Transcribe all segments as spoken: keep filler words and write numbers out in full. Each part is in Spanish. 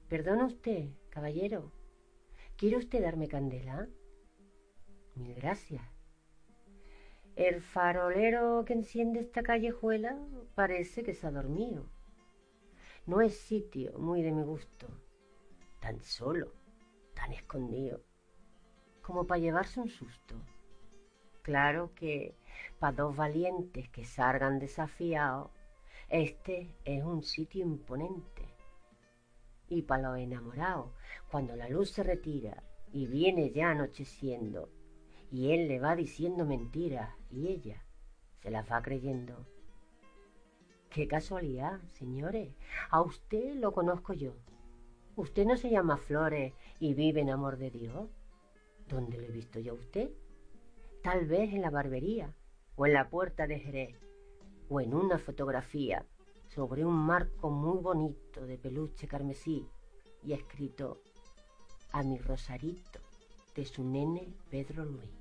Perdona usted, caballero. ¿Quiere usted darme candela? Mil gracias. El farolero que enciende esta callejuela parece que se ha dormido. No es sitio muy de mi gusto, tan solo, tan escondido, como para llevarse un susto. Claro que para dos valientes que salgan desafiados, este es un sitio imponente. Y para los enamorados, cuando la luz se retira y viene ya anocheciendo, y él le va diciendo mentiras y ella se las va creyendo. ¡Qué casualidad, señores! A usted lo conozco yo. ¿Usted no se llama Flores y vive en amor de Dios? ¿Dónde lo he visto yo a usted? Tal vez en la barbería, o en la puerta de Jerez, o en una fotografía sobre un marco muy bonito de peluche carmesí y escrito a mi Rosarito, de su nene Pedro Luis.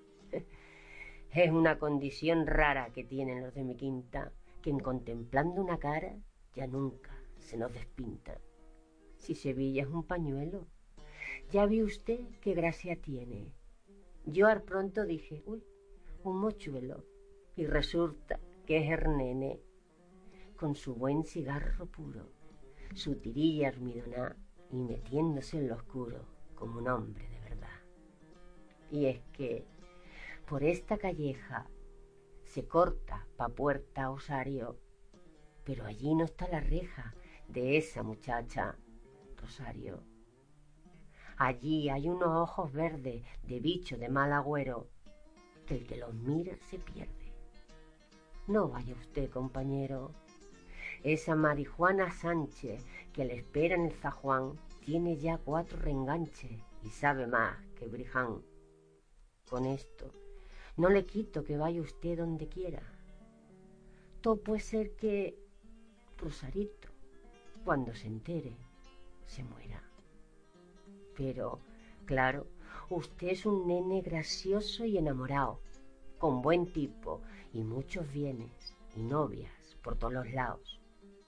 Es una condición rara que tienen los de mi quinta, que en contemplando una cara ya nunca se nos despinta. Si Sevilla es un pañuelo, ya vi usted qué gracia tiene. Yo al pronto dije, uy, un mochuelo, y resulta que es el nene, con su buen cigarro puro, su tirilla almidoná y metiéndose en lo oscuro como un hombre de verdad. Y es que por esta calleja se corta pa' Puerta Osario, pero allí no está la reja de esa muchacha, Rosario. Allí hay unos ojos verdes de bicho de mal agüero, que el que los mira se pierde. No vaya usted, compañero. Esa Marijuana Sánchez que le espera en el zaguán tiene ya cuatro reenganches y sabe más que Briján. Con esto no le quito que vaya usted donde quiera. Todo puede ser que Rosarito, cuando se entere, se muera. Pero, claro, usted es un nene gracioso y enamorado, con buen tipo y muchos bienes y novias por todos los lados.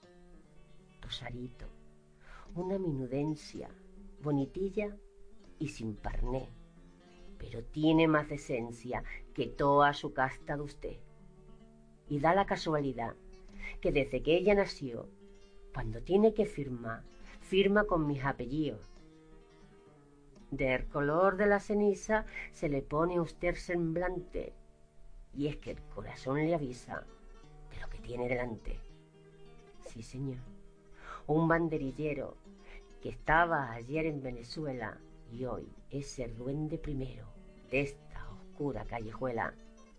Rosarito, una minudencia, bonitilla y sin parné, pero tiene más decencia que toda su casta de usted. Y da la casualidad que desde que ella nació, cuando tiene que firmar, firma con mis apellidos. Del color de la ceniza se le pone a usted semblante, y es que el corazón le avisa de lo que tiene delante. Sí, señor, un banderillero que estaba ayer en Venezuela y hoy es el duende primero de esta oscura callejuela.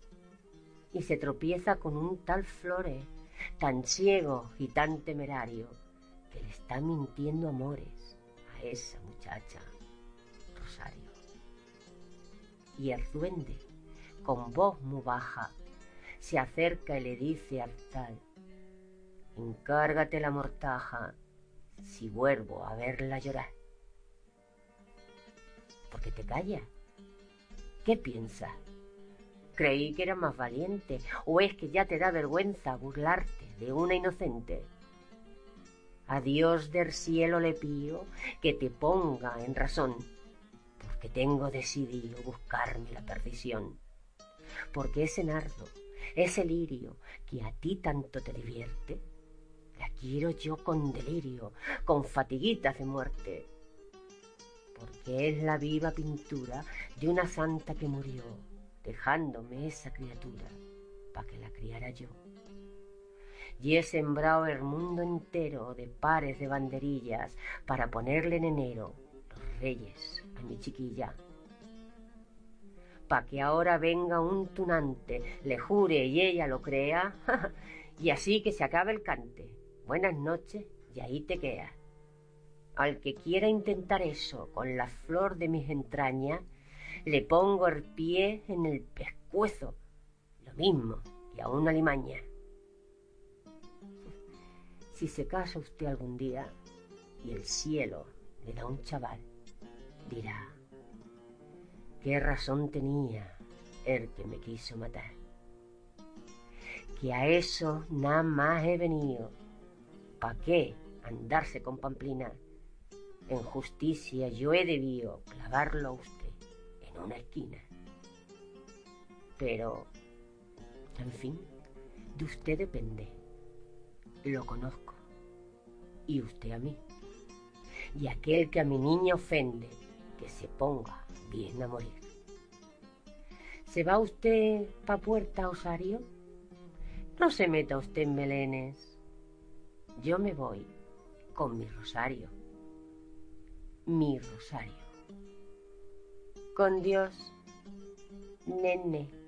Y se tropieza con un tal Flores, tan ciego y tan temerario, que le está mintiendo amores a esa muchacha, Rosario. Y el duende, con voz muy baja, se acerca y le dice al tal: encárgate la mortaja si vuelvo a verla llorar. ¿Por qué te callas? ¿Qué piensas? Creí que eras más valiente, o es que ya te da vergüenza burlarte de una inocente. A Dios del cielo le pido que te ponga en razón, porque tengo decidido buscarme la perdición. Porque ese nardo, ese lirio que a ti tanto te divierte, la quiero yo con delirio, con fatiguitas de muerte. Porque es la viva pintura de una santa que murió, dejándome esa criatura pa' que la criara yo. Y he sembrado el mundo entero de pares de banderillas para ponerle en enero los reyes a mi chiquilla. Pa' que ahora venga un tunante, le jure y ella lo crea, y así que se acabe el cante. Buenas noches y ahí te quedas. Al que quiera intentar eso con la flor de mis entrañas, le pongo el pie en el pescuezo, lo mismo que a una limaña. Si se casa usted algún día y el cielo le da un chaval, dirá: qué razón tenía el que me quiso matar. Que a eso nada más he venido. ¿Pa' qué andarse con pamplina? En justicia yo he debido clavarlo a usted en una esquina. Pero, en fin, de usted depende. Lo conozco. Y usted a mí. Y aquel que a mi niña ofende, que se ponga bien a morir. ¿Se va usted pa' Puerta Osario? No se meta usted en melenes. Yo me voy con mi rosario. Mi rosario. Con Dios, nene.